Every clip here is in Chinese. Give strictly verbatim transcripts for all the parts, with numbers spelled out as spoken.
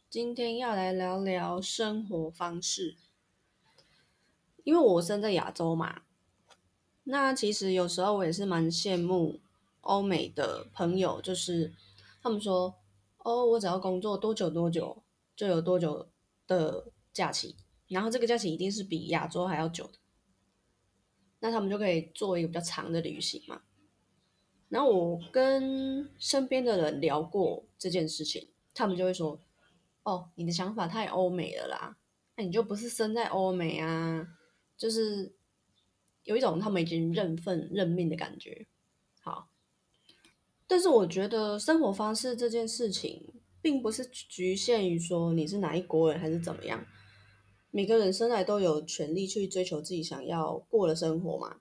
今天要来聊聊生活方式，因为我生在亚洲嘛，那其实有时候我也是蛮羡慕欧美的朋友，就是他们说，哦，我只要工作多久多久就有多久的假期，然后这个假期一定是比亚洲还要久的，那他们就可以做一个比较长的旅行嘛。然后我跟身边的人聊过这件事情，他们就会说，哦，你的想法太欧美了啦，那你就不是生在欧美啊，就是有一种他们已经认份认命的感觉。好，但是我觉得生活方式这件事情，并不是局限于说你是哪一国人还是怎么样，每个人生来都有权利去追求自己想要过的生活嘛。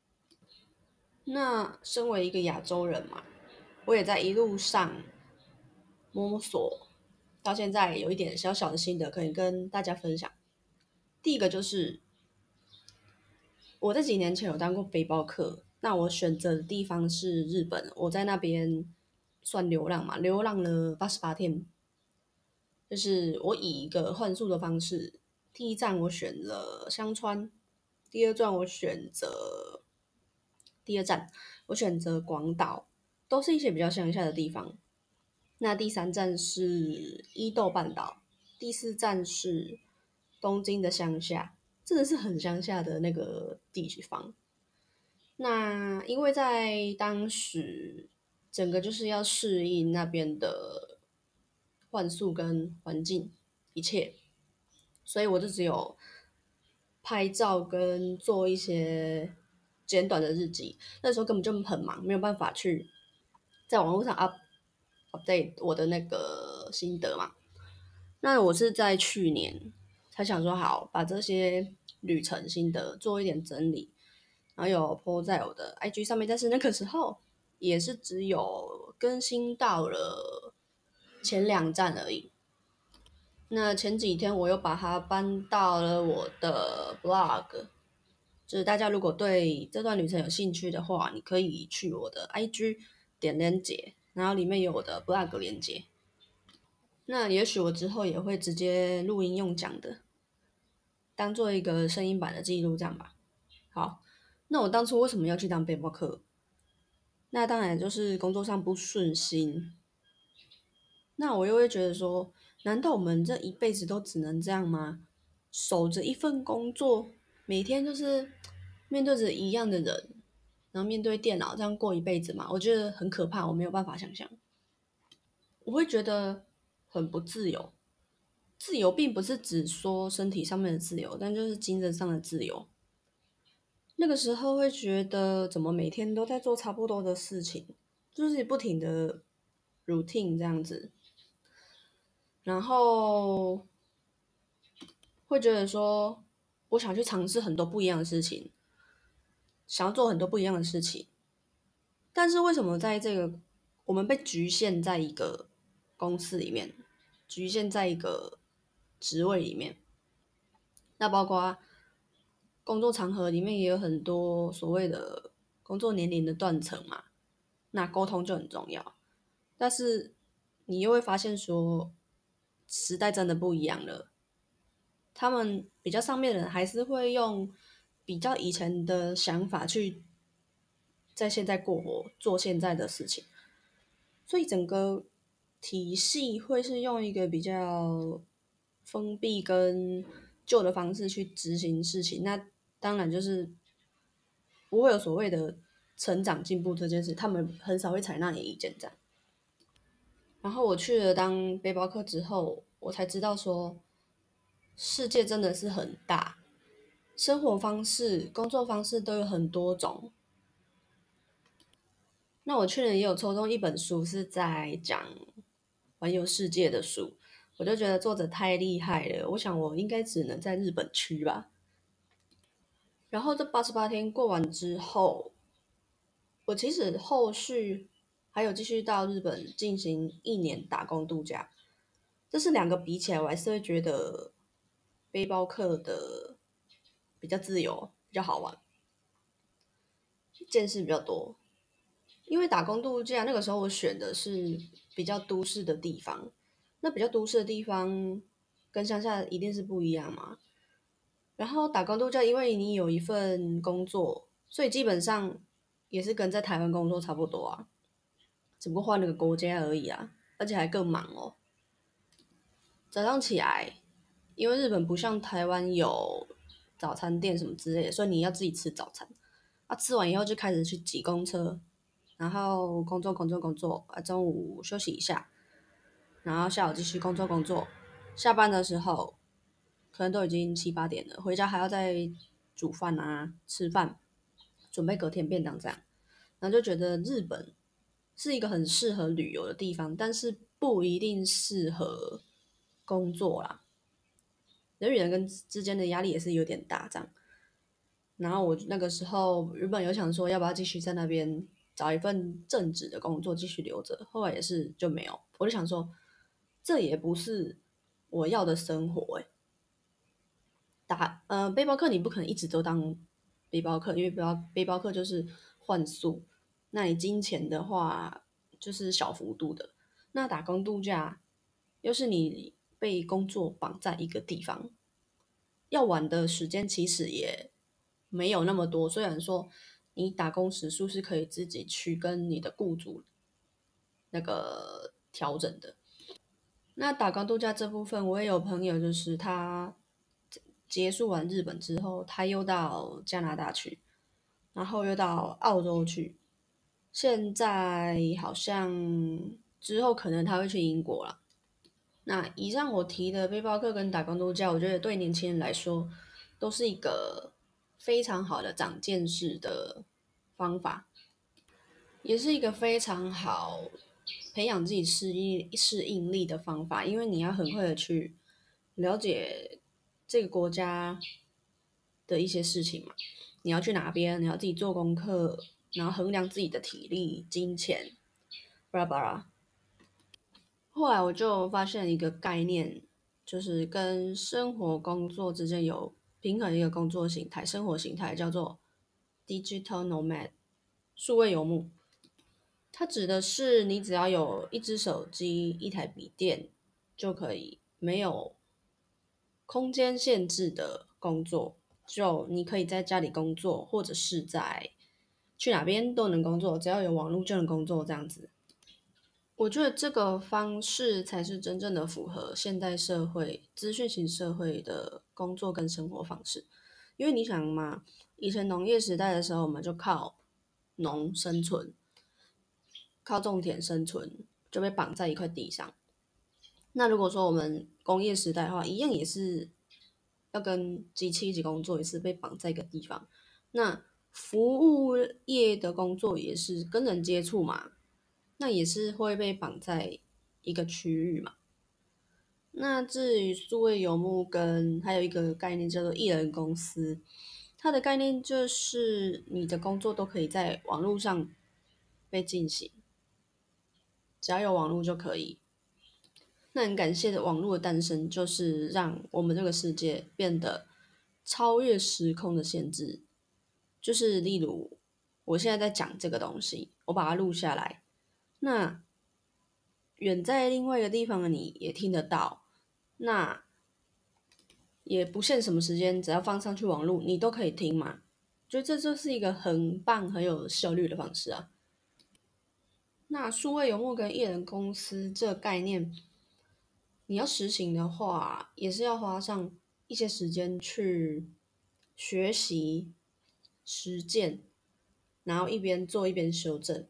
那身为一个亚洲人嘛，我也在一路上摸索，到现在有一点小小的心得可以跟大家分享。第一个就是我在几年前有当过背包客，那我选择的地方是日本，我在那边算流浪嘛，流浪了八十八天，就是我以一个换宿的方式，第一站我选了香川，第二站我选择第二站我选择广岛，都是一些比较乡下的地方。那第三站是伊豆半岛，第四站是东京的乡下，真的是很乡下的那个地方。那因为在当时整个就是要适应那边的换宿跟环境一切，所以我就只有拍照跟做一些简短的日记。那时候根本就很忙，没有办法去在网络上 up update 我的那个心得嘛。那我是在去年才想说好把这些旅程心得做一点整理，然后有 po 在我的 I G 上面，但是那个时候也是只有更新到了前两站而已。那前几天我又把它搬到了我的 blog，就是大家如果对这段旅程有兴趣的话，你可以去我的 I G 点连结，然后里面有我的 blog 连接。那也许我之后也会直接录音用讲的，当做一个声音版的记录，这样吧。好，那我当初为什么要去当背包客？那当然就是工作上不顺心。那我又会觉得说，难道我们这一辈子都只能这样吗？守着一份工作，每天就是面对着一样的人，然后面对电脑这样过一辈子嘛？我觉得很可怕，我没有办法想象。我会觉得很不自由。自由并不是指说身体上面的自由，但就是精神上的自由。那个时候会觉得怎么每天都在做差不多的事情，就是不停的 routine 这样子，然后会觉得说我想去尝试很多不一样的事情，想要做很多不一样的事情，但是为什么在这个我们被局限在一个公司里面，局限在一个职位里面，那包括工作场合里面也有很多所谓的工作年龄的断层嘛，那沟通就很重要。但是你又会发现说，时代真的不一样了，他们比较上面的人还是会用比较以前的想法去在现在过活，做现在的事情，所以整个体系会是用一个比较封闭跟旧的方式去执行事情，那当然就是不会有所谓的成长进步这件事，他们很少会采纳你的意见这样。然后我去了当背包客之后，我才知道说，世界真的是很大，生活方式、工作方式都有很多种。那我去年也有抽中一本书，是在讲环游世界的书，我就觉得作者太厉害了，我想我应该只能在日本区吧。然后这八十八天过完之后，我其实后续还有继续到日本进行一年打工度假，这是两个比起来，我还是会觉得背包客的比较自由，比较好玩，见识比较多。因为打工度假那个时候我选的是比较都市的地方， 那比较都市的地方跟乡下一定是不一样嘛。然后打工度假，因为你有一份工作，所以基本上也是跟在台湾工作差不多啊，只不过换了个国家而已啊，而且还更忙哦。早上起来，因为日本不像台湾有早餐店什么之类的，所以你要自己吃早餐。啊，吃完以后就开始去挤公车，然后工作工作工作，啊，中午休息一下，然后下午继续工作工作。下班的时候可能都已经七八点了，回家还要再煮饭啊、吃饭，准备隔天便当这样。然后就觉得日本是一个很适合旅游的地方，但是不一定适合工作啦。人与人跟之间的压力也是有点大，这样。然后我那个时候原本有想说要不要继续在那边找一份正职的工作继续留着，后来也是就没有。我就想说，这也不是我要的生活诶、欸打呃背包客你不可能一直都当背包客，因为背包背包客就是换宿，那你金钱的话就是小幅度的。那打工度假又是你被工作绑在一个地方，要玩的时间其实也没有那么多。虽然说你打工时数是可以自己去跟你的雇主那个调整的。那打工度假这部分，我也有朋友，就是他结束完日本之后，他又到加拿大去，然后又到澳洲去，现在好像之后可能他会去英国了。那以上我提的背包客跟打工度假，我觉得对年轻人来说都是一个非常好的长见识的方法，也是一个非常好培养自己适应适应力的方法，因为你要很快的去了解这个国家的一些事情嘛，你要去哪边，你要自己做功课，然后衡量自己的体力、金钱，巴拉巴拉。后来我就发现一个概念，就是跟生活工作之间有平衡的一个工作形态、生活形态，叫做 digital nomad 数位游牧。它指的是你只要有一只手机、一台笔电就可以，没有空间限制的工作，就你可以在家里工作，或者是在去哪边都能工作，只要有网络就能工作这样子。我觉得这个方式才是真正的符合现代社会、资讯型社会的工作跟生活方式。因为你想嘛，以前农业时代的时候，我们就靠农生存，靠种田生存，就被绑在一块地上。那如果说我们工业时代的话，一样也是要跟机器一起工作，也是被绑在一个地方。那服务业的工作也是跟人接触嘛，那也是会被绑在一个区域嘛。那至于数位游牧跟还有一个概念叫做艺人公司，它的概念就是你的工作都可以在网络上被进行，只要有网络就可以。那很感谢的网络的诞生，就是让我们这个世界变得超越时空的限制。就是例如，我现在在讲这个东西，我把它录下来，那远在另外一个地方的你也听得到，那也不限什么时间，只要放上去网络，你都可以听嘛。觉得这就是一个很棒、很有效率的方式啊。那数位游牧跟艺人公司这个概念，你要实行的话，也是要花上一些时间去学习、实践，然后一边做一边修正。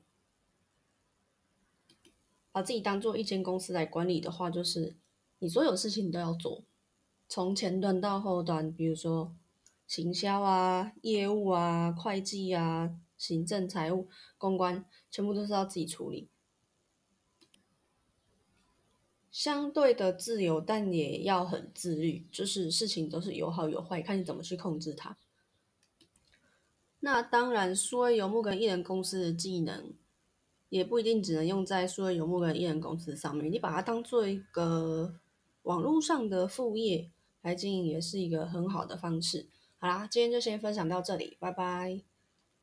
把自己当做一间公司来管理的话，就是你所有事情都要做，从前端到后端，比如说行销啊、业务啊、会计啊、行政、财务、公关，全部都是要自己处理。相对的自由，但也要很自律，就是事情都是有好有坏，看你怎么去控制它。那当然，数位游牧跟艺人公司的技能，也不一定只能用在数位游牧跟艺人公司上面，你把它当做一个网络上的副业来经营，也是一个很好的方式。好啦，今天就先分享到这里，拜拜。